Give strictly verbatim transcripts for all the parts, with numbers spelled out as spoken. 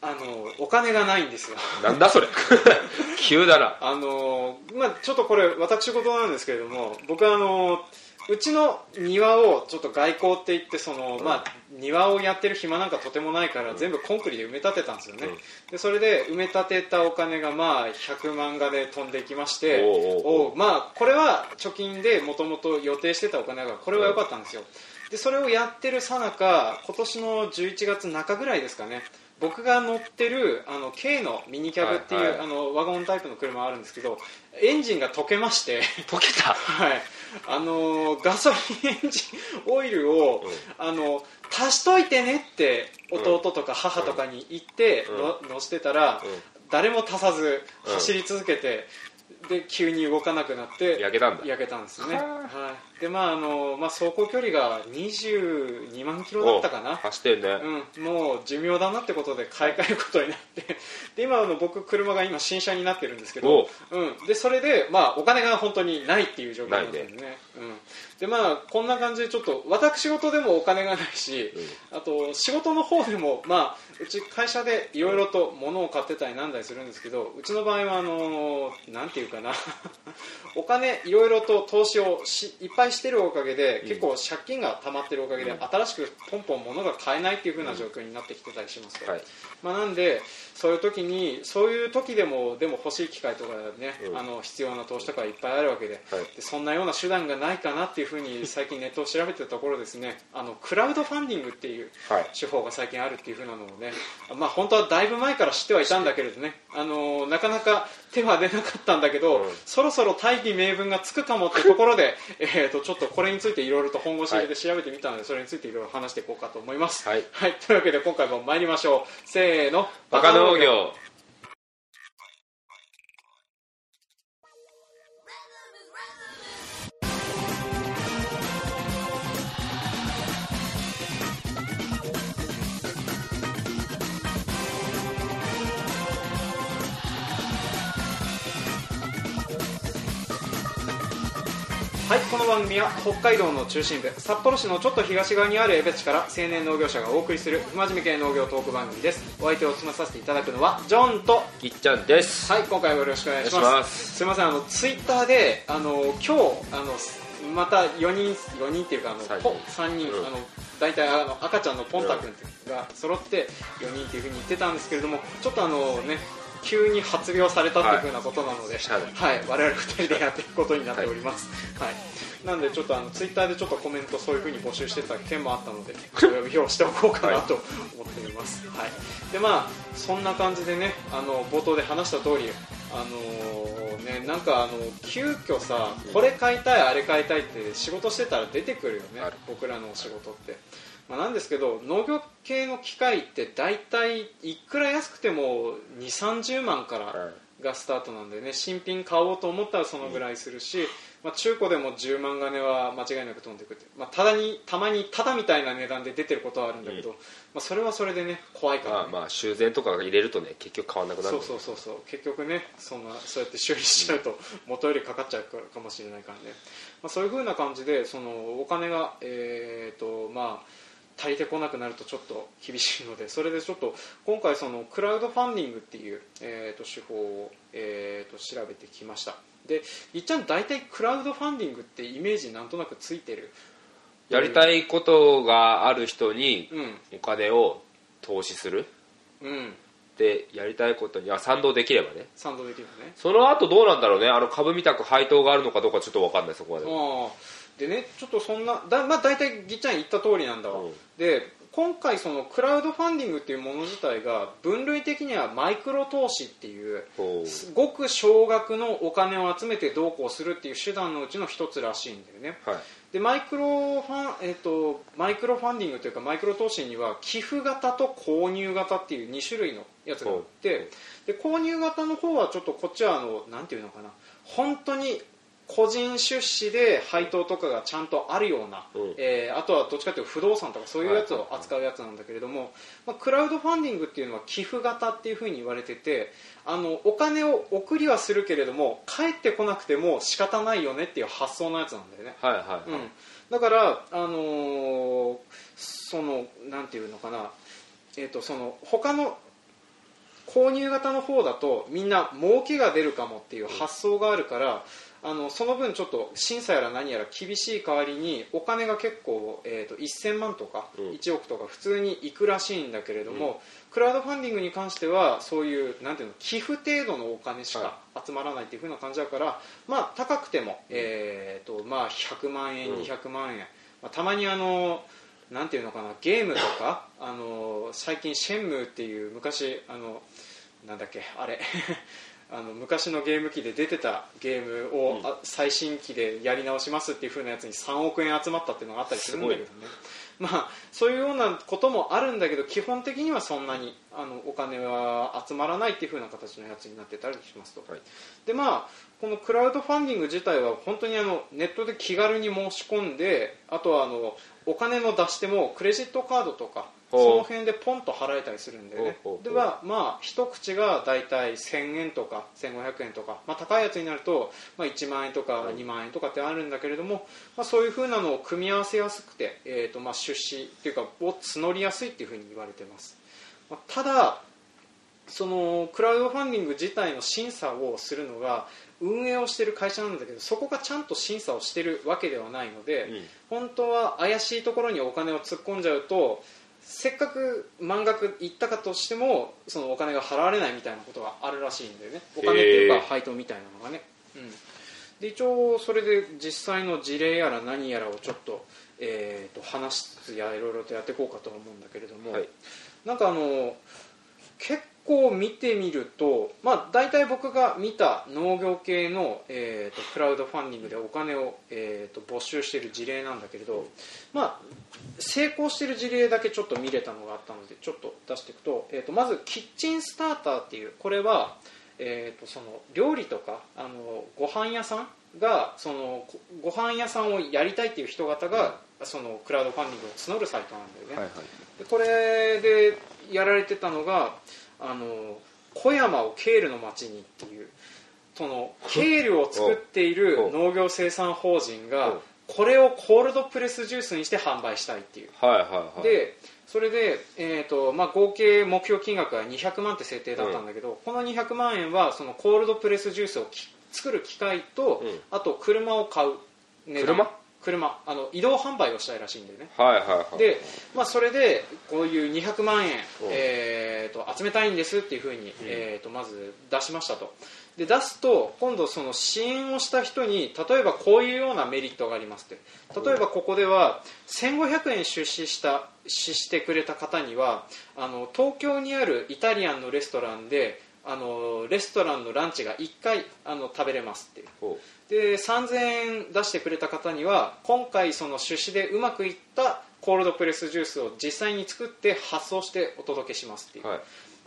あのお金がないんですよ。 なんだそれ急だな。 あの、まあ、ちょっとこれ私事なんですけれども、僕はあのうちの庭をちょっと外交って言ってその、うん、まあ、庭をやってる暇なんかとてもないから、うん、全部コンクリで埋め立てたんですよね、うん、でそれで埋め立てたお金がまあひゃくまんがで飛んでいきまして、おうおうおう、まあ、これは貯金でもともと予定してたお金だからこれは良かったんですよ。でそれをやってるさなか今年のじゅういちがつなかぐらいですかね、僕が乗ってるあの K のミニキャブっていう、はいはい、あのワゴンタイプの車があるんですけど、エンジンが溶けまして溶けたはい、あのガソリンエンジンオイルを、うん、あの足しといてねって弟とか母とかに言って、うん、の乗してたら、うん、誰も足さず走り続けて、うん、で急に動かなくなって焼けたんだ焼けたんですね。はい、でまああのまあ、走行距離がにじゅうにまんキロだったかな。 走ってるね、 うん、もう寿命だなってことで買い替えることになってで今の僕車が今新車になってるんですけど、うん、でそれで、まあ、お金が本当にないっていう状況なんですね。うん、でまあこんな感じでちょっと私事でもお金がないし、うん、あと仕事の方でも、まあ、うち会社でいろいろと物を買ってたりなんだりするんですけど、うちの場合はあのなんていうかなお金いろいろと投資をしいっぱいしてるおかげで、うん、結構借金が溜まってるおかげで、うん、新しくポンポン物が買えないっていう風な状況になってきてたりしますと、うんはい、まあ、なんでそういう時にそういう時でもでも欲しい機会とかね、うん、あの必要な投資とかいっぱいあるわけで、はい、でそんなような手段がないかなっていう風に最近ネットを調べてたところですね、あのクラウドファンディングっていう手法が最近あるっていう風なのをね、まあ、本当はだいぶ前から知ってはいたんだけれどね、あのなかなか手は出なかったんだけど、うん、そろそろ大義名分がつくかもってところでえーとちょっとこれについていろいろと本腰入れて調べてみたので、はい、それについていろいろ話していこうかと思います、はいはい、というわけで今回も参りましょう。せーの、 バカ農業。 はい、この番組は北海道の中心部札幌市のちょっと東側にある江別市から青年農業者がお送りする不真面目系農業トーク番組です。お相手を務めさせていただくのはジョンとぎっちゃんです。 はい、今回もよろしくお願いします。すいません、あのツイッターであの今日あのまたよにんよにんっていうかあのさんにん、うん、あの大体あの赤ちゃんのポンタ君が揃ってよにんっていう風に言ってたんですけれども、ちょっとあのね急に発病されたっていう風なことなので、はいはい、我々ふたりでやっていくことになっております、はいはい、なのでちょっとあのツイッターでちょっとコメントそういう風に募集してた件もあったのでお呼びをしておこうかなと思っております、はい、でまあそんな感じでね、あの冒頭で話した通りあのー、ね、なんかあの急遽さこれ買いたいあれ買いたいって仕事してたら出てくるよね、僕らのお仕事って。まあ、なんですけど農業系の機械って大体いくら安くてもにじゅう、さんじゅうまんからがスタートなんでね、新品買おうと思ったらそのぐらいするし、まあ、中古でもじゅうまん金は間違いなく飛んでくるって、まあ、ただにたまにただみたいな値段で出てることはあるんだけど、うん、まあ、それはそれでね怖いから、ね、 まあ、まあ修繕とか入れるとね結局変わらなくなる、 そうそうそうそう、結局ねそんなそうやって修理しちゃうと元よりかかっちゃうかもしれないからね、まあ、そういう風な感じでそのお金がえーとまあ足りてこなくなるとちょっと厳しいので、それでちょっと今回そのクラウドファンディングっていう、えー、と手法を、えー、と調べてきました。でいっちゃん大体クラウドファンディングってイメージなんとなくついてる？ やりたいことがある人にお金を投資する、うん、でやりたいことには賛同できればね賛同できればね、 その後どうなんだろうね、あの株みたく配当があるのかどうかちょっと分かんない、そこまで。 あでね、ちょっとそんなだ、まあ、大体ぎっちゃん言った通りなんだわ、うん、で今回そのクラウドファンディングっていうもの自体が分類的にはマイクロ投資っていうごく少額のお金を集めてどうこうするっていう手段のうちの一つらしいんだよね、はい、でマイクロファン、えーと、マイクロファンディングというかマイクロ投資には寄付型と購入型っていうに種類のやつがあって、で購入型の方はちょっとこっちはあのなんていうのかな、本当に個人出資で配当とかがちゃんとあるような、うん、えー、あとはどっちかというと不動産とかそういうやつを扱うやつなんだけれども、まあ、クラウドファンディングっていうのは寄付型っていうふうに言われてて、あのお金を送りはするけれども返ってこなくても仕方ないよねっていう発想のやつなんだよね、はいはいはい、うん、だから、あのー、そのなんていうのかな、えーと、その他の購入型の方だとみんな儲けが出るかもっていう発想があるから、あのその分ちょっと審査やら何やら厳しい代わりにお金が結構、えー、とせんまんとかいちおくとか普通にいくらしいんだけれども、うん、クラウドファンディングに関してはそういうなんていうの寄付程度のお金しか集まらないっていう風な感じだから、まあ、高くても、えーとまあ、ひゃくまんえんにひゃくまんえん、まあ、たまにあのなんていうのかな、ゲームとかあの最近シェンムーっていう昔あのなんだっけあれあの昔のゲーム機で出てたゲームを、うん、最新機でやり直しますっていう風なやつにさんおくえん集まったっていうのがあったりするんだけどね、まあ、そういうようなこともあるんだけど基本的にはそんなにあのお金は集まらないっていう風な形のやつになってたりしますと、はい、でまあこのクラウドファンディング自体は本当にあのネットで気軽に申し込んで、あとはあのお金の出し手もクレジットカードとかその辺でポンと払えたりするんでね。ではまあ一口がだいたいせんえんとかせんごひゃくえんとか、まあ、高いやつになるとまあいちまんえんとかにまんえんとかってあるんだけれども、まあ、そういう風なのを組み合わせやすくて、えーとまあ出資っていうかを募りやすいっていう風に言われてます。まあ、ただそのクラウドファンディング自体の審査をするのが運営をしている会社なんだけど、そこがちゃんと審査をしているわけではないので、うん、本当は怪しいところにお金を突っ込んじゃうとせっかく満額いったかとしてもそのお金が払われないみたいなことがあるらしいんだよね。お金っていうか配当みたいなのがね、うん、で一応それで実際の事例やら何やらをちょっと、えー、と話しつつやいろいろとやっていこうかと思うんだけれども、はい、なんかあの結構見てみると、まあ、大体僕が見た農業系の、えー、とクラウドファンディングでお金を、えー、と募集している事例なんだけれど、まあ、成功している事例だけちょっと見れたのがあったのでちょっと出していくと、えー、とまずキッチンスターターっていう、これは、えー、とその料理とかあのご飯屋さんがそのご飯屋さんをやりたいっていう人方がそのクラウドファンディングを募るサイトなんだよね、はいはい、でこれでやられてたのがあの小山をケールの町にっていうそのケールを作っている農業生産法人がこれをコールドプレスジュースにして販売したいっていう、はいはいはい、でそれで、えーとまあ、合計目標金額がにひゃくまんって設定だったんだけど、うん、このにひゃくまんえんはそのコールドプレスジュースを作る機械と、うん、あと車を買う値段、車車あの移動販売をしたいらしいんだよね、はいはいはい、で、まあ、それでこういうにひゃくまんえん、えー、と集めたいんですっていうふうに、うんえー、とまず出しましたと。で出すと今度その支援をした人に例えばこういうようなメリットがありますって、例えばここではせんごひゃくえん出資した支してくれた方にはあの東京にあるイタリアンのレストランであのレストランのランチがいっかいあの食べれますっていう。でさんぜんえん出してくれた方には今回その出資でうまくいったコールドプレスジュースを実際に作って発送してお届けしますっていう、はい、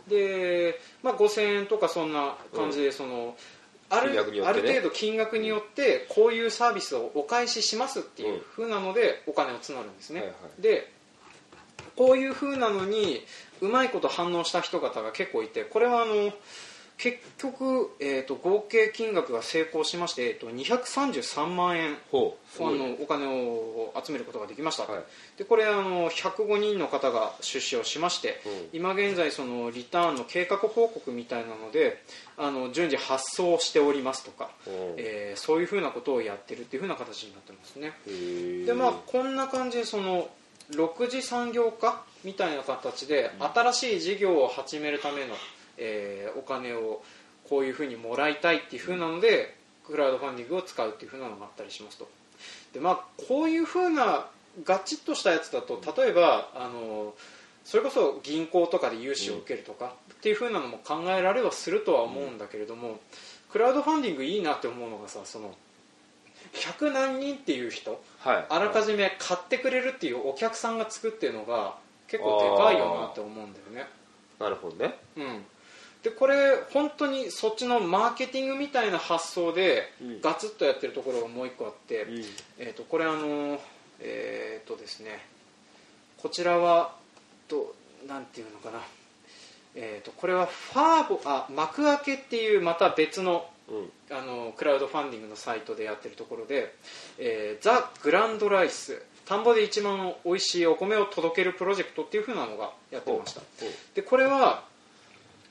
で、まあ、ごせんえんとかそんな感じでその、うん、ある、ね、ある程度金額によってこういうサービスをお返ししますっていう風なのでお金を募るんですね、はいはい、でこういう風なのにうまいこと反応した人方が結構いて、これはあの結局、えー、と合計金額が成功しまして、えー、とにひゃくさんじゅうさんまんえんあのお金を集めることができました、はい、でこれあのひゃくごにんの方が出資をしまして、うん、今現在そのリターンの計画報告みたいなのであの順次発送しておりますとか、うんえー、そういうふうなことをやってるっていうふうな形になってますね。で、まあ、こんな感じでそのろく次産業化みたいな形で新しい事業を始めるためのえー、お金をこういうふうにもらいたいっていうふうなのでクラウドファンディングを使うっていうふうなのがあったりしますと。で、まあ、こういうふうなガチッとしたやつだと例えばあのそれこそ銀行とかで融資を受けるとかっていうふうなのも考えられはするとは思うんだけれども、クラウドファンディングいいなって思うのがさ、そのひゃくなんにんっていう人、はい、あらかじめ買ってくれるっていうお客さんがつくっていうのが結構でかいよなって思うんだよね。 なるほどね、 うんでこれ本当にそっちのマーケティングみたいな発想でガツッとやってるところがもう一個あって、うんえー、とこれあのえー、とですねこちらはとなんていうのかな、えー、とこれはファーボあ幕開けっていうまた別の、うん、あのクラウドファンディングのサイトでやってるところで、えー、ザ・グランドライス田んぼで一番おいしいお米を届けるプロジェクトっていう風なのがやってました。でこれは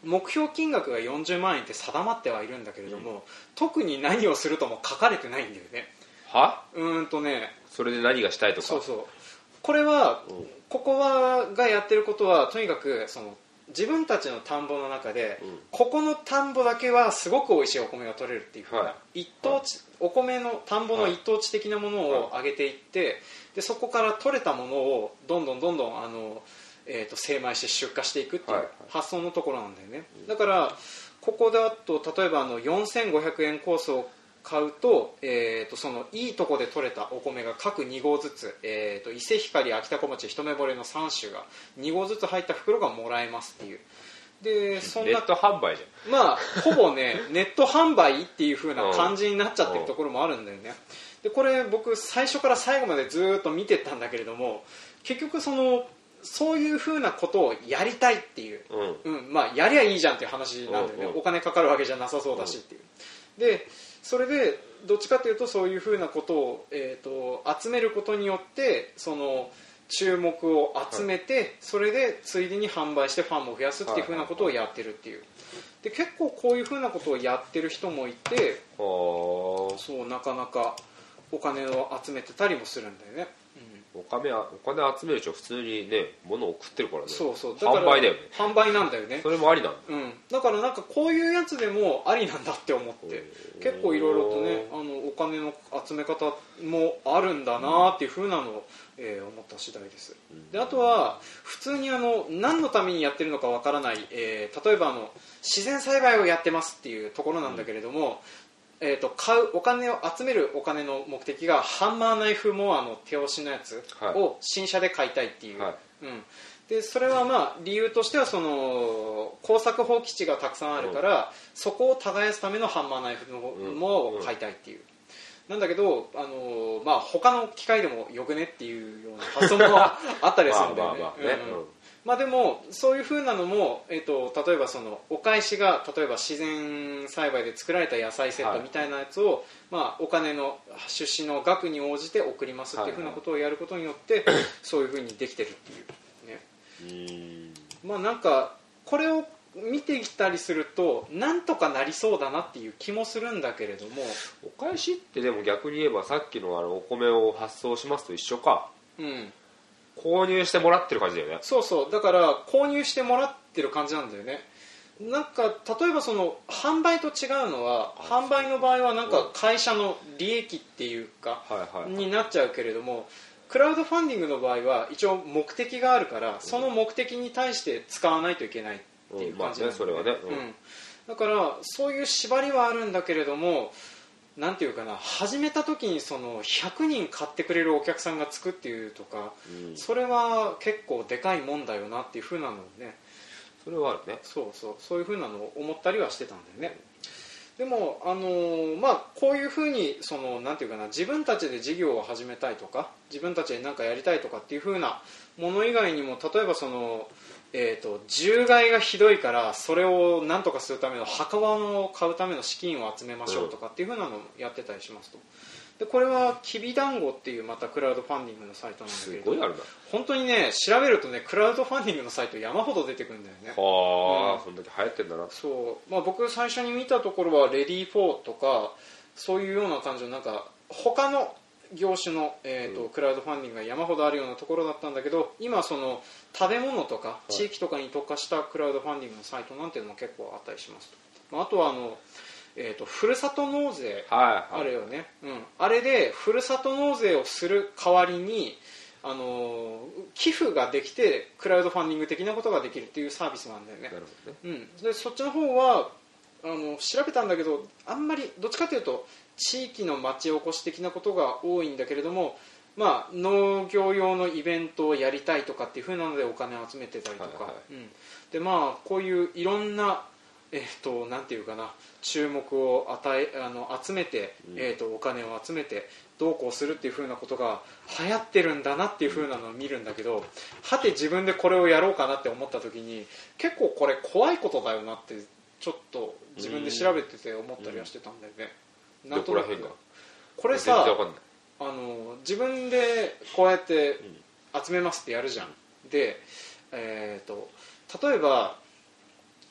目標金額がよんじゅうまんえんって定まってはいるんだけれども、うん、特に何をするとも書かれてないんだよね。 はうーんとねそれで何がしたいとか。 そうそう、これは、うん、ここはがやってることはとにかくその自分たちの田んぼの中で、うん、ここの田んぼだけはすごく美味しいお米が取れるっていう風な、はい、一等地、はい、お米の田んぼの一等地的なものを上げていって、はい、でそこから取れたものをどんどんどんどんあの、えー、と精米して出荷していくっていう発想のところなんだよね、はいはい、だからここだと例えばあのよんせんごひゃくえんコースを買うと、えー、とそのいいとこで取れたお米が各に合ずつ、えー、と伊勢光、秋田小町、一目惚れのさん種がに合ずつ入った袋がもらえますっていう。でそんなネット販売じゃん。まあほぼねネット販売っていう風な感じになっちゃってるところもあるんだよね。でこれ僕最初から最後までずっと見てたんだけれども、結局そのそういう風なことをやりたいっていう、うんうん、まあやりゃいいじゃんっていう話なんだよね、うんうん、お金かかるわけじゃなさそうだしっていう。でそれでどっちかというとそういう風なことを、えー、と集めることによってその注目を集めて、はい、それでついでに販売してファンも増やすっていう風なことをやってるっていう。で結構こういう風なことをやってる人もいて、そうなかなかお金を集めてたりもするんだよね。 お金お金集める人は普通にね物を送ってるからね。 そうそう、だから販売だよね。 販売なんだよね。 それもありなんだ、 うん、だからなんかこういうやつでもありなんだって思って結構いろいろとねあのお金の集め方もあるんだなっていう風なのを、えー、思った次第です。であとは普通にあの何のためにやってるのかわからない、えー、例えばあの自然栽培をやってますっていうところなんだけれども、えー、と買うお金を集めるお金の目的がハンマーナイフモアの手押しのやつを新車で買いたいっていう、はい、うん、でそれはまあ理由としてはその耕作放棄地がたくさんあるから、うん、そこを耕すためのハンマーナイフのも買いたいっていう、うん、なんだけど、あのまあ、他の機械でもよくねっていうような発想もあったりするんだよね。まあまあまあね、うんうん、まあ、でもそういう風なのも、えー、と例えばそのお返しが例えば自然栽培で作られた野菜セットみたいなやつを、はい、まあ、お金の出資の額に応じて送りますっていう風なことをやることによって、はいはい、そういう風にできてるっていうね。うーん、まあなんかこれを見てきたりするとなんとかなりそうだなっていう気もするんだけれども、 お返しってでも逆に言えばさっきのあのお米を発送しますと一緒か。うん、購入してもらってる感じだよね。 そうそう、だから購入してもらってる感じなんだよね。なんか例えばその販売と違うのは、販売の場合はなんか会社の利益っていうかになっちゃうけれども、クラウドファンディングの場合は一応目的があるから、その目的に対して使わないといけないっていう感じなんだよね。だからそういう縛りはあるんだけれども、なんていうかな、始めた時にそのひゃくにん買ってくれるお客さんがつくっていうとか、うん、それは結構でかいもんだよなっていう風なのをね、 それはあるね。 そうそう、そういう風なのを思ったりはしてたんだよね。でもあのー、まあこういう風にそのなんていうかな、自分たちで事業を始めたいとか自分たちで何かやりたいとかっていう風なもの以外にも、例えばそのえーと、獣害がひどいからそれを何とかするための墓場を買うための資金を集めましょうとかっていう風なのをやってたりしますと。でこれはきびだんごっていうまたクラウドファンディングのサイトなんだけど、 すごいあるな。 本当にね調べるとねクラウドファンディングのサイト山ほど出てくるんだよね。 はあ、うん、そんだけ流行ってんだな。 そう、まあ、僕最初に見たところはレディーフォーとかそういうような感じのなんか他の業種の、えーとうん、クラウドファンディングが山ほどあるようなところだったんだけど、今その食べ物とか地域とかに特化したクラウドファンディングのサイトなんていうのも結構あったりしますと。あとはあの、えーと、ふるさと納税あるよね、はいはい、うん、あれでふるさと納税をする代わりにあの寄付ができてクラウドファンディング的なことができるっていうサービスなんだよね。なるほどね、うん、でそっちの方はあの調べたんだけど、あんまりどっちかというと地域の町おこし的なことが多いんだけれども、まあ、農業用のイベントをやりたいとかっていう風なのでお金を集めてたりとか、はいはい、うん、でまあこういういろんな、えー、となんていうかな、注目を与えあの集めて、うん、えー、とお金を集めてどうこうするっていう風なことが流行ってるんだなっていう風なのを見るんだけど、はて自分でこれをやろうかなって思った時に結構これ怖いことだよなってちょっと自分で調べてて思ったりはしてたんだよね。 うん、なんとなくこれさ、あの自分でこうやって集めますってやるじゃん、うん、で、えー、と例えば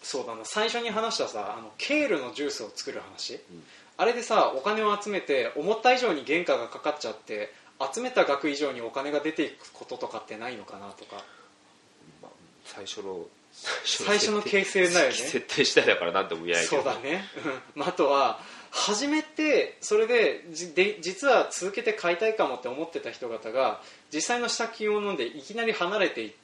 そうだな、最初に話したさあのケールのジュースを作る話、うん、あれでさお金を集めて思った以上に原価がかかっちゃって集めた額以上にお金が出ていくこととかってないのかなとか、 まあ、最初の最初の形成だよね。 設定次第だから何とも言えないけど。 そうだね、あとは始めてそれでで実は続けて買いたいかもって思ってた人方が実際の試作品を飲んでいきなり離れていって、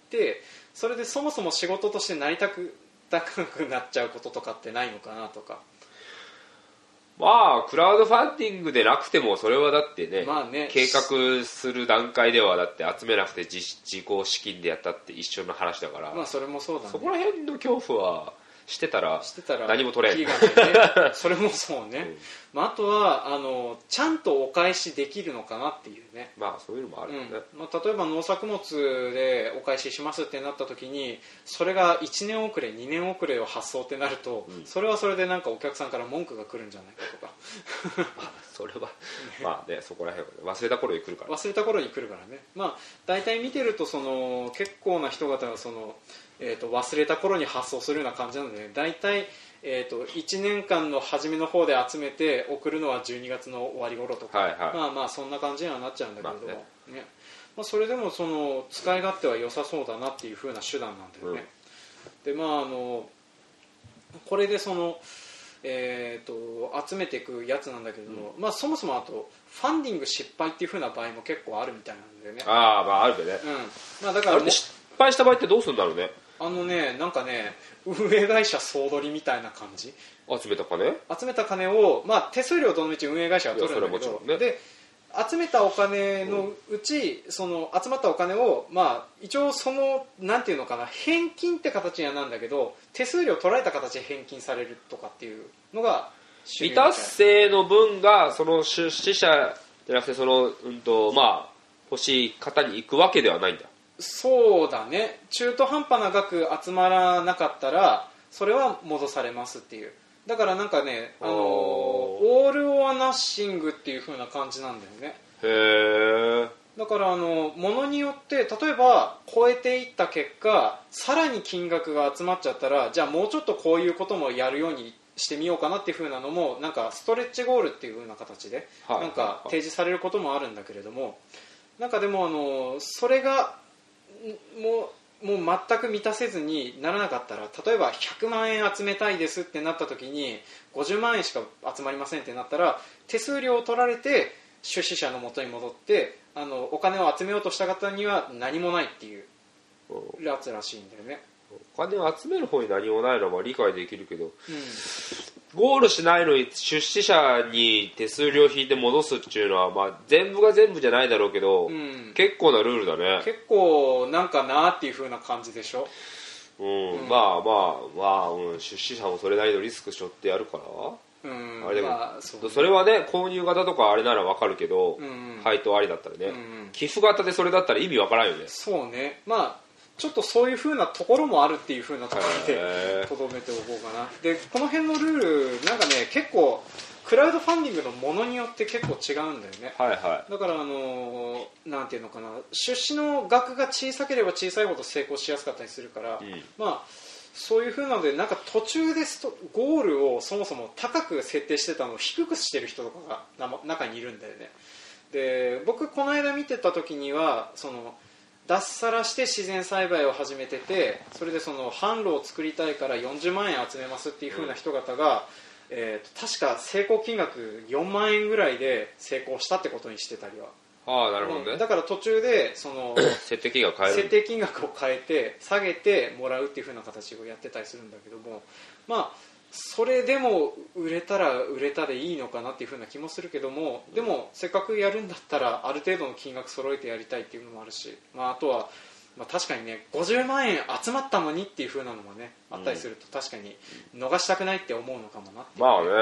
それでそもそも仕事としてなりたくなくなっちゃうこととかってないのかなとか。 まあクラウドファンディングでなくてもそれはだって ね,、 まあ、ね計画する段階ではだって集めなくて 自, 自己資金でやったって一緒の話だから、 まあそれもそうだね。 そこら辺の恐怖はしてたら何も取れん、 ね、それもそうね、うんまあ、あとはあのちゃんとお返しできるのかなっていうね。 まあそういうのもあるよね、 うんまあ、例えば農作物でお返ししますってなった時にそれがいちねん遅れにねん遅れを発送ってなると、うん、それはそれでなんかお客さんから文句が来るんじゃないかとかそれはまあねそこら辺は忘れた頃に来るから忘れた頃に来るからね。まあ大体見てるとその結構な人方がそのえー、と忘れた頃に発送するような感じなので、ね、大体、えー、といちねんかんの初めの方で集めて送るのはじゅうにがつの終わり頃とか、はいはい、まあまあそんな感じにはなっちゃうんだけれども、まあねねまあ、それでもその使い勝手は良さそうだなっていう風な手段なんだよね、うん、でまああのこれでそのえー、と集めていくやつなんだけども、うんまあ、そもそもあとファンディング失敗っていう風な場合も結構あるみたいなんだよね。 ああまああるでね、 うんまあ、だからもう失敗した場合ってどうするんだろうね。 あのね、なんかね、運営会社総取りみたいな感じ。 集めた金集めた金を、まあ、手数料どのみち運営会社が取るんだけど、ね、で集めたお金のうち、うん、その集まったお金を、まあ、一応そのなんていうのかな、返金って形にはなんだけど手数料取られた形で返金されるとかっていうのが未達成の分がその出資者じゃなくてその、うんとまあ、欲しい方に行くわけではないんだ。 そうだね、中途半端な額集まらなかったらそれは戻されますっていう。だからなんかね、あのオール・オア・ナッシングっていう風な感じなんだよね。 へー。 だからあの物によって例えば超えていった結果さらに金額が集まっちゃったら、じゃあもうちょっとこういうこともやるようにしてみようかなっていう風なのもなんかストレッチゴールっていう風な形でなんか提示されることもあるんだけれども、なんかでもあのそれがもう、もう全く満たせずにならなかったら、例えばひゃくまんえん集めたいですってなった時にごじゅうまんえんしか集まりませんってなったら手数料を取られて出資者の元に戻ってあのお金を集めようとした方には何もないっていうやつらしいんだよね。 お金を集める方に何もないのは理解できるけど、うん、ゴールしないのに出資者に手数料引いて戻すっていうのは、まあ、全部が全部じゃないだろうけど、うん、結構なルールだね。 結構なんかなっていう風な感じでしょ、 うんうん、まあまあまあ、うん、出資者もそれなりのリスク背負ってやるから、うん、あれでも、まあ そ, それはね購入型とかあれなら分かるけど、うん、配当ありだったらね、うん、寄付型でそれだったら意味分からんよね。 そうね、まあちょっとそういう風なところもあるっていう風なところでとどめておこうかな。でこの辺のルールなんかね結構クラウドファンディングのものによって結構違うんだよね、 はいはい、 だからあのなんていうのかな、出資の額が小さければ小さいほど成功しやすかったりするから、うん、まあそういう風なのでなんか途中でストゴールをそもそも高く設定してたのを低くしてる人とかが中にいるんだよね。で僕この間見てた時にはその脱サラして自然栽培を始めてて、それでその販路を作りたいからよんじゅうまんえん集めますっていう風な人方が、うんえー、と確か成功金額よんまんえんぐらいで成功したってことにしてたりは。 ああなるほどね。 だから途中でその設定金額変える設定金額を変えて下げてもらうっていう風な形をやってたりするんだけども、まあそれでも売れたら売れたでいいのかなっていう風な気もするけども、でもせっかくやるんだったらある程度の金額揃えてやりたいっていうのもあるし、まあ、あとは、まあ、確かにねごじゅうまんえん集まったのにっていう風なのもねあったりすると確かに逃したくないって思うのかもなっていう、ね、 まあね、うん、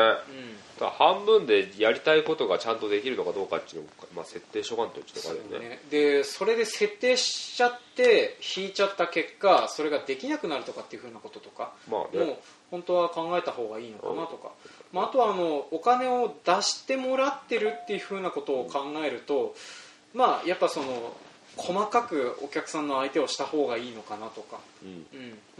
だ半分でやりたいことがちゃんとできるのかどうかっていうのを、まあ、設定しとかんとちょっとあるよね。 でそれで設定しちゃって引いちゃった結果それができなくなるとかっていう風なこととか、まあね、もう本当は考えた方がいいのかなとか、まあ、あとはあのお金を出してもらってるっていう風なことを考えると、まあやっぱその細かくお客さんの相手をした方がいいのかなとか、うんうん、まあ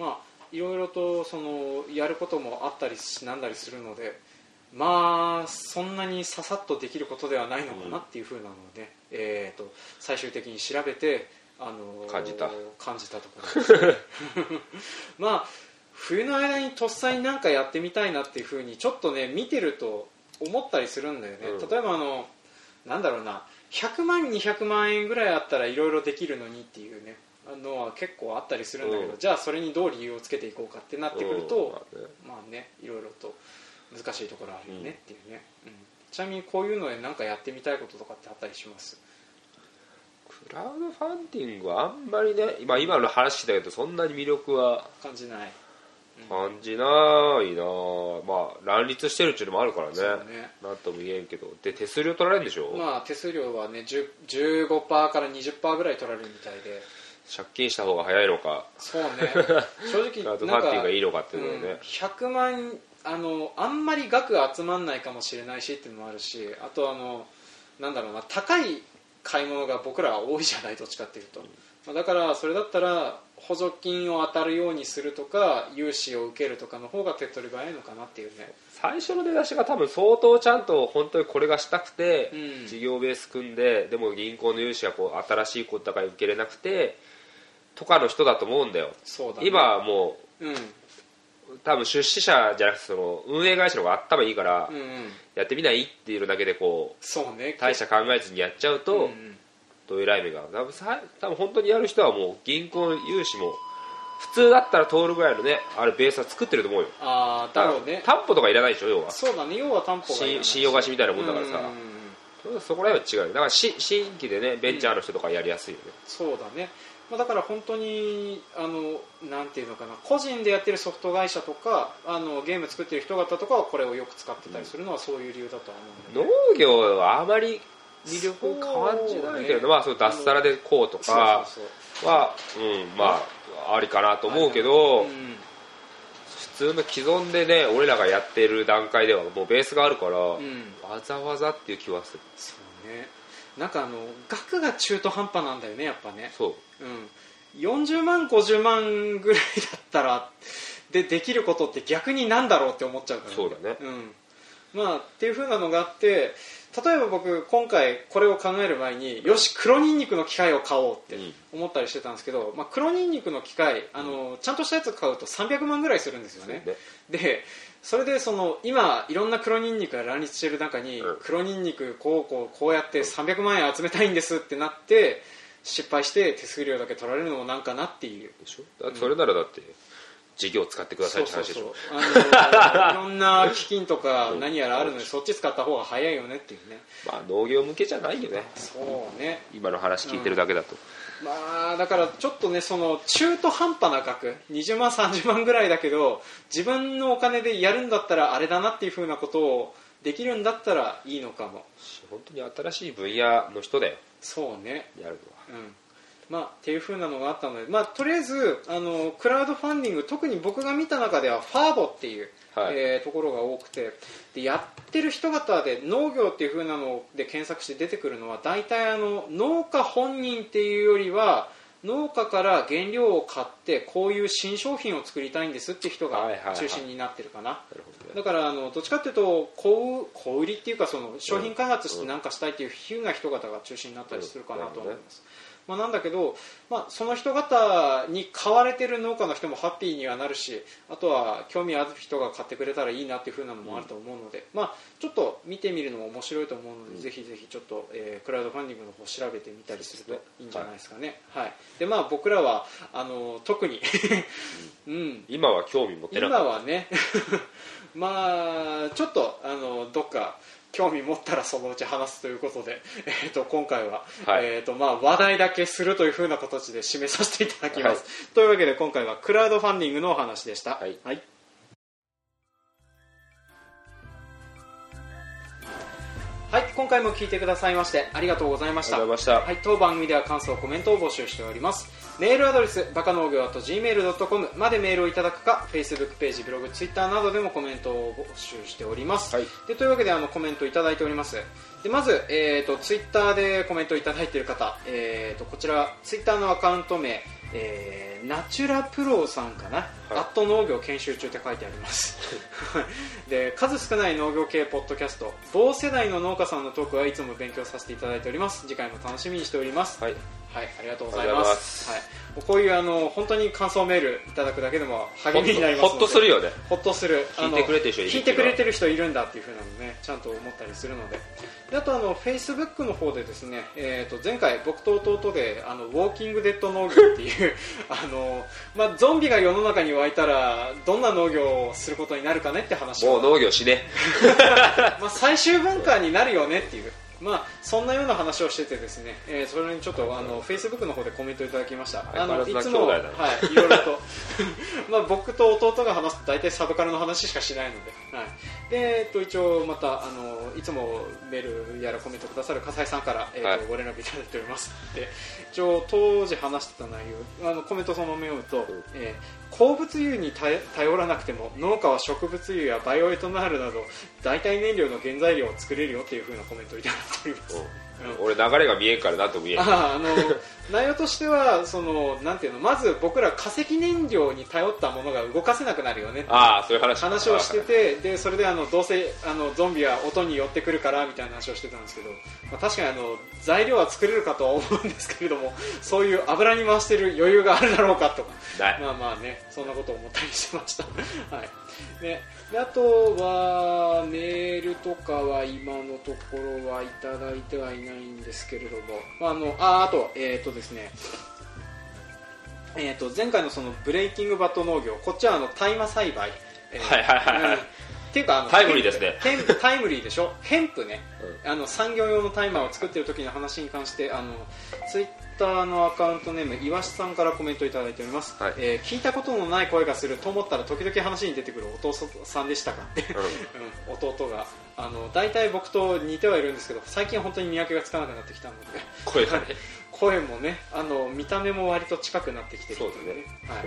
いろいろとそのやることもあったりしなんだりするので、まあそんなにささっとできることではないのかなっていうふうなので、うん、えー、と最終的に調べて、あのー、 感じた感じたところです、ね、まあ冬の間にとっさに何かやってみたいなっていうふうにちょっとね見てると思ったりするんだよね、うん、例えばあのなんだろうなひゃくまんにひゃくまんえんぐらいあったらいろいろできるのにっていうねのは結構あったりするんだけど、うん、じゃあそれにどう理由をつけていこうかってなってくると、うん、まあねいろいろと難しいところあるよねっていうね、うんうん、ちなみにこういうので何かやってみたいこととかってあったりします？ クラウドファンディングはあんまりね、まあ、今の話だけどそんなに魅力は感じない、 うん、感じないな。まあ乱立してるっていうのもあるから ね, ねなんとも言えんけど、で手数料取られるんでしょ。 まあ手数料はね じゅうごパーセント から にじゅっパーセント ぐらい取られるみたいで、 借金した方が早いのか、 そうね正直クラウドファンディングがいいのかっていうのはね、うん、 ひゃくまんあのあんまり額が集まんないかもしれないしっていうのもあるし、あとあのなんだろうな高い買い物が僕らは多いじゃない、どっちかっていうと、うん、だからそれだったら補助金を当たるようにするとか融資を受けるとかの方が手っ取り早いのかなっていうね。 最初の出だしが多分相当ちゃんと本当にこれがしたくて、うん、事業ベース組んで、でも銀行の融資がこう新しいことだから受けれなくてとかの人だと思うんだよ。 そうだね、 今はもう、うん、多分出資者じゃなくてその運営会社の方が頭いいから、うんうん、やってみないっていうのだけでこう、 そうね、 大した考えずにやっちゃうと、うんうん、どういうライブが多分さ多分本当にやる人はもう銀行融資も普通だったら通るぐらいのねあれベースは作ってると思うよ。 ああだろうね。 担保とかいらないでしょ要は。 そうだね、要は担保がいらない、 信用貸しみたいなもんだからさ、うんうん、そこら辺は違う。だから新規でねベンチャーの人とかやりやすいよね、うん、 そうだね。まあ、だから本当にあのなんていうのかな、個人でやってるソフト会社とかあのゲーム作ってる人方とかはこれをよく使ってたりするのはそういう理由だとは思うんだよね。 農業はあまり魅力感じないけど、ね、まあそう脱サラでこうとかはうんまあありかなと思うけど、うん、普通の既存でね俺らがやってる段階ではもうベースがあるから、うん、わざわざっていう気はする。 そうね、なんかあの額が中途半端なんだよねやっぱね。 そう、 うん、よんじゅうまんごじゅうまんぐらいだったらでできることって逆になんだろうって思っちゃうから、ね、 そうだね、 うん、まあっていう風なのがあって、例えば僕今回これを考える前によし黒ニンニクの機械を買おうって思ったりしてたんですけど、まあ、黒ニンニクの機械あのちゃんとしたやつ買うとさんびゃくまんぐらいするんですよね。でそれでその今いろんな黒ニンニクが乱立している中に、うん、黒ニンニクこうこうこうやってさんびゃくまんえん集めたいんですってなって失敗して手数料だけ取られるのもなんかなっていう。 でしょ。だってそれならだって、うん、事業を使ってくださいって話でしょ。 そうそうそう、あのいろんな基金とか何やらあるのでそっち使った方が早いよねっていうね。 まあ農業向けじゃないよね。 そうね。 今の話聞いてるだけだと。 うん、まあだからちょっとねその中途半端な額にじゅうまんさんじゅうまんぐらいだけど自分のお金でやるんだったらあれだなっていう風なことをできるんだったらいいのかも。 本当に新しい分野の人だよ。 そうね。 やるのは。 うん。まあ、っていう風なのがあったので、まあ、とりあえずあのクラウドファンディング特に僕が見た中ではファーボっていう、はい、えー、ところが多くてでやってる人方で農業っていう風なので検索して出てくるのは大体あの農家本人っていうよりは農家から原料を買ってこういう新商品を作りたいんですっていう人が中心になってるかな、はいはいはい、だからあのどっちかっていうと小売りっていうかその商品開発して何かしたいっていう風な人方が中心になったりするかなと思います。まあ、なんだけど、まあ、その人方に買われてる農家の人もハッピーにはなるし、あとは興味ある人が買ってくれたらいいなっていう風なのもあると思うので、うん、まあ、ちょっと見てみるのも面白いと思うので、うん、ぜひぜひちょっと、えー、クラウドファンディングの方調べてみたりするといいんじゃないですかね。はいはい、でまあ、僕らはあの特に、うん、 今は興味持ってなかった。 今はねまあちょっとあのどっか興味持ったらそのうち話すということで、えー、と今回は、はい、えーとまあ、話題だけするという風な形で締めさせていただきます、はい、というわけで今回はクラウドファンディングのお話でした。はい、はいはい、今回も聞いてくださいましてありがとうございました。 ありがとうございました。 はい、当番組では感想コメントを募集しております。メールアドレスバカ農業 アットジーメールドットコム までメールをいただくか Facebook ページ、ブログ、Twitter などでもコメントを募集しております、はい、でというわけであのコメントいただいております。でまず、えーと、Twitter でコメントいただいている方、えーと、こちら Twitter のアカウント名えー、ナチュラプロさんかな、はい、アット農業研修中って書いてありますで、数少ない農業系ポッドキャスト、同世代の農家さんのトークはいつも勉強させていただいております。次回も楽しみにしております。はい、はい、ありがとうございます。はい、こういうあの本当に感想メールいただくだけでも励みになりますので、 ほっとするよね。 ほっとする。 聞いてくれてる人いる。 聞いてくれてる人いるんだっていう風なのね、ちゃんと思ったりするので。で、あとあのフェイスブックの方でですね、えー、と前回僕と弟であのウォーキングデッド農業っていうあの、まあ、ゾンビが世の中に湧いたらどんな農業をすることになるかねって話を。 もう農業しねまあ最終文化になるよねっていう。まあ、そんなような話をしててですね、えー、それにちょっとあのフェイスブックの方でコメントいただきました。あのいつも、はい、いろいろとまあ僕と弟が話すと大体サブカルの話しかしないので、はい、で、えっと、一応またあのいつもメールやらコメントくださる笠井さんから、えーとはい、ご連絡いただいております。で、一応当時話してた内容、あのコメントそのまま読むと、えー鉱物油に頼らなくても農家は植物油やバイオエトナールなど代替燃料の原材料を作れるよっていう風なコメントをいただいております。 うん、俺流れが見えんからなと見えん。 ああの内容としてはそのなんていうの、まず僕ら化石燃料に頼ったものが動かせなくなるよねっていう話をしてて、でそれであのどうせあのゾンビは音に寄ってくるからみたいな話をしてたんですけど、まあ、確かにあの材料は作れるかとは思うんですけれども、そういう油に回してる余裕があるだろうかとか、まあまあね、そんなことを思ったりしてました。はい。ね、であとはメールとかは今のところはいただいてはいないんですけれども、あのああとえっ、ー、とですね、えー、と前回のそのブレイキングバッド農業、こっちはあの大麻栽培、えー、 はいはいはい、うん、 っていうかあのタイムリーですね。 タイムリーでしょ。ヘンプね、うん、あの産業用の大麻を作っている時の話に関してあのツイッターのアカウントネームいわしさんからコメントいただいております。はい、えー、聞いたことのない声がすると思ったら時々話に出てくるお父さんでしたかって、うん、弟があの大体僕と似てはいるんですけど、最近本当に見分けがつかなくなってきたので、 声がね声もね、あの見た目も割と近くなってきてるので、ね、はい、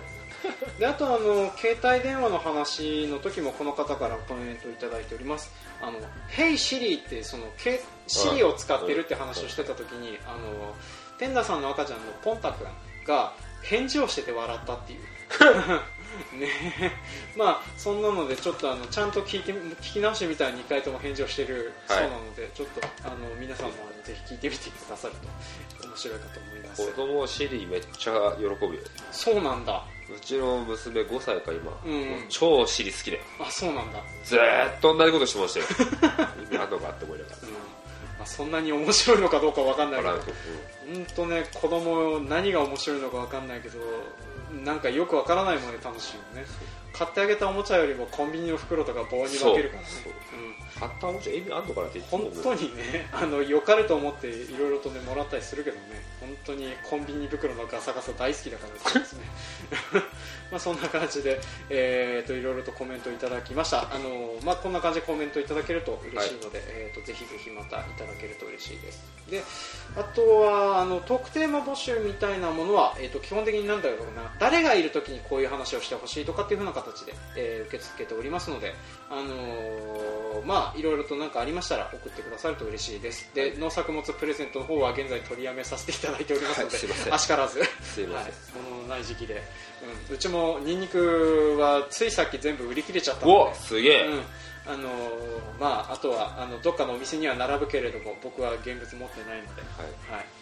であとあの携帯電話の話の時もこの方からコメントいただいております。あの Hey Siri ってその Siri を使ってるって話をしてた時に、あのテンダさんの赤ちゃんのポンタ君が返事をしてて笑ったっていうね、まあそんなのでちょっとあのちゃんと聞いて聞き直してみたらにかいとも返事をしてるそうなので、はい、ちょっとあの皆さんもあのぜひ聞いてみてくださると面白いかと思います。 子供シリめっちゃ喜ぶよ。 そうなんだ。 うちの娘ごさいか今、うん、超シリ好きで。 あ、そうなんだ。 ずーっと同じことしてましたよ。意味あんのかって思いながら、うん、まあ、そんなに面白いのかどうかわかんないけど、うんとね、子供何が面白いのかわかんないけど、なんかよくわからないもので楽しいよね。買ってあげたおもちゃよりもコンビニの袋とか棒に分けるからね。そうそう、 うん、買ったおもちゃ意味あんのかなっていつも思う。 本当にね、あの良かれと思っていろいろとねもらったりするけどね、本当にコンビニ袋のガサガサ大好きだからですね。まあそんな感じで、えー、といろいろとコメントいただきました。あの、まあ、こんな感じでコメントいただけると嬉しいので、はい、えー、とぜひぜひまたいただけると嬉しいです。で、あとはあのトークテーマ募集みたいなものは、えー、と基本的になんだろうな、誰がいる時にこういう話をしてほしいとかっていう風な形で、えー、受け付けておりますので、あのー、まあいろいろと何かありましたら送ってくださると嬉しいです。で、農作物プレゼントの方は現在取りやめさせていただいておりますので、はい、あしからずすいません、はい、 物のない時期で、うん、うちもニンニクはついさっき全部売り切れちゃったので、 おすげえ、 うん、あのー、まああとはあのどっかのお店には並ぶけれども僕は現物持ってないので、はい、はい、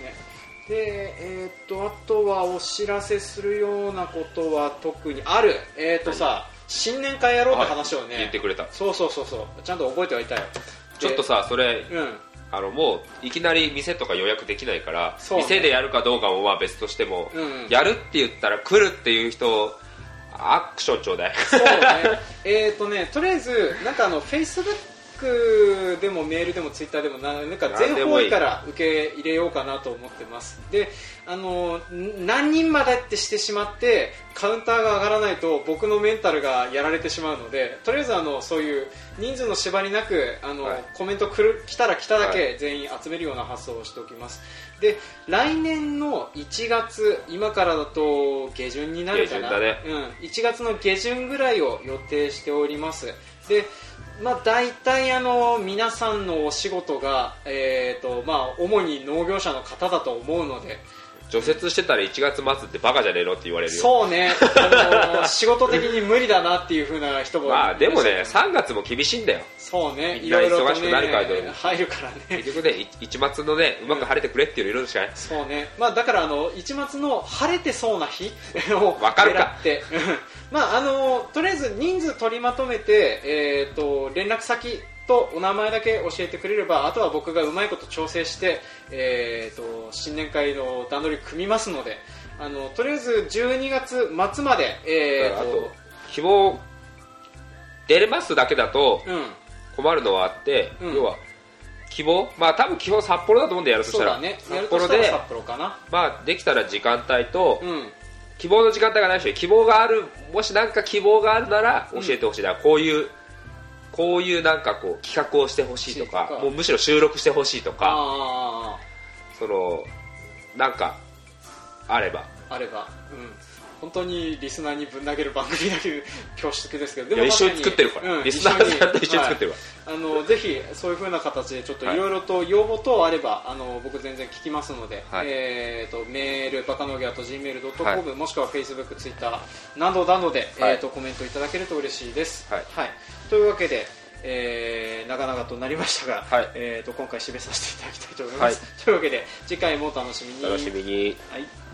ね、で、えー、とあとはお知らせするようなことは特にある。えーとさ、はい、新年会やろうって話をね、 言ってくれた。 そうそうそうそう、ちゃんと覚えてはいたよ。 ちょっとさ、それ、うん、あのもういきなり店とか予約できないから、ね、店でやるかどうかもまあ別としても、うんうん、やるって言ったら来るっていう人アクションちょうだい。 そうね、えーとね、とりあえずなんかあの Facebookでもメールでもツイッターでもなんか全方位から受け入れようかなと思ってます。で、あの何人までってしてしまってカウンターが上がらないと僕のメンタルがやられてしまうので、とりあえずあのそういう人数の縛りなくあの、はい、コメント来る来たら来ただけ全員集めるような発想をしておきます。で、来年のいちがつ、今からだと下旬になるかな、 下旬だね、 うん、いちがつの下旬ぐらいを予定しております。で、まあ、大体あの皆さんのお仕事が、えーとまあ、主に農業者の方だと思うので、 除雪してたらいちがつ末ってバカじゃねえのって言われるよ。 そうね、あの仕事的に無理だなっていう風な人もまあでもねさんがつも厳しいんだよ。 そうね、 いろいろと、ね、忙しくなるからね入るからね。 結局ね一末のねうまく晴れてくれっていうのいるんですかね。 そうね、まあだからあの一末の晴れてそうな日を分かるかってまああのとりあえず人数取りまとめて、えー、と連絡先とお名前だけ教えてくれれば、あとは僕がうまいこと調整して、えー、と新年会の段取り組みますので、あのとりあえずじゅうにがつ末まで、えー、とあと希望出れますだけだと困るのはあって、 うん、 要は希望、まあ多分基本札幌だと思うんでやるとしたら、 ね、 札幌で札幌かな、 まあできたら時間帯と、 うん、 希望の時間帯がないし希望がある、もし何か希望があるなら教えてほしいな、うん、こういうこういうなんかこう企画をしてほしいとか、もうむしろ収録してほしいとか、 あそのなんかあればあれば、うん、本当にリスナーにぶん投げる番組だけど恐縮ですけど、でも一緒に作ってるから、うん、リスナーさんと一緒に作ってるから、 はい、あのぜひそういう風な形でちょっといろいろと要望等あれば、あの僕全然聞きますので、はい、えー、とメールバカノギアと ジーメールドットコム、はい、もしくは Facebook、Twitter などなどで、はい、えー、とコメントいただけると嬉しいです、はいはい、というわけで、えー、長々となりましたが、はい、えー、と今回締めさせていただきたいと思います、はい、というわけで次回もお楽しみに。 楽しみに。 はい。